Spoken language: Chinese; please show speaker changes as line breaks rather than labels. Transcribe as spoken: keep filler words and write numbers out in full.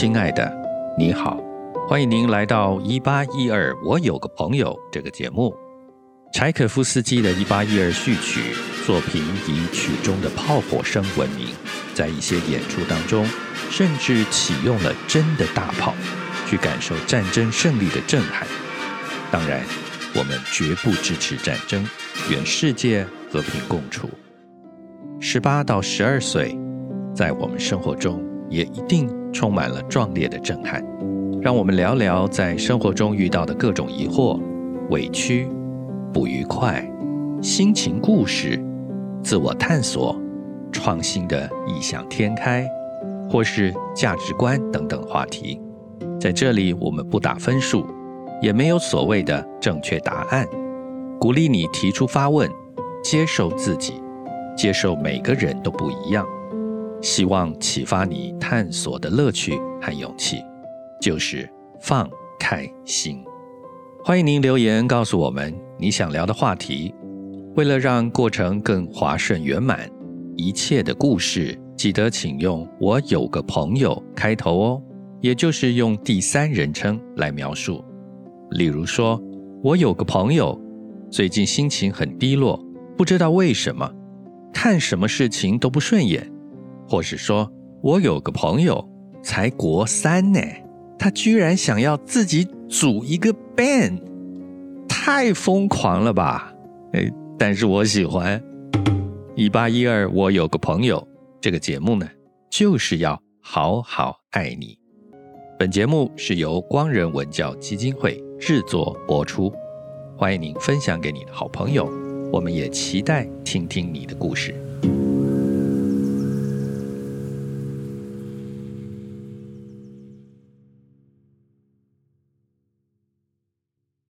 亲爱的，你好，欢迎您来到一八一二我有个朋友这个节目。柴可夫斯基的一八一二序曲作品以曲中的炮火声闻名，在一些演出当中甚至启用了真的大炮，去感受战争胜利的震撼。当然，我们绝不支持战争，愿世界和平共处。十八到十二岁，在我们生活中也一定充满了壮烈的震撼。让我们聊聊在生活中遇到的各种疑惑、委屈、不愉快、心情故事、自我探索、创新的异想天开，或是价值观等等话题。在这里，我们不打分数，也没有所谓的正确答案，鼓励你提出发问，接受自己，接受每个人都不一样，希望启发你探索的乐趣和勇气，就是放开心。欢迎您留言告诉我们你想聊的话题。为了让过程更滑顺圆满，一切的故事记得请用我有个朋友开头哦，也就是用第三人称来描述。例如说，我有个朋友最近心情很低落，不知道为什么，看什么事情都不顺眼。或是说，我有个朋友才国三呢，他居然想要自己组一个 band， 太疯狂了吧？诶，但是我喜欢。一八一二我有个朋友这个节目呢，就是要好好爱你。本节目是由光仁文教基金会制作播出，欢迎您分享给你的好朋友，我们也期待听听你的故事。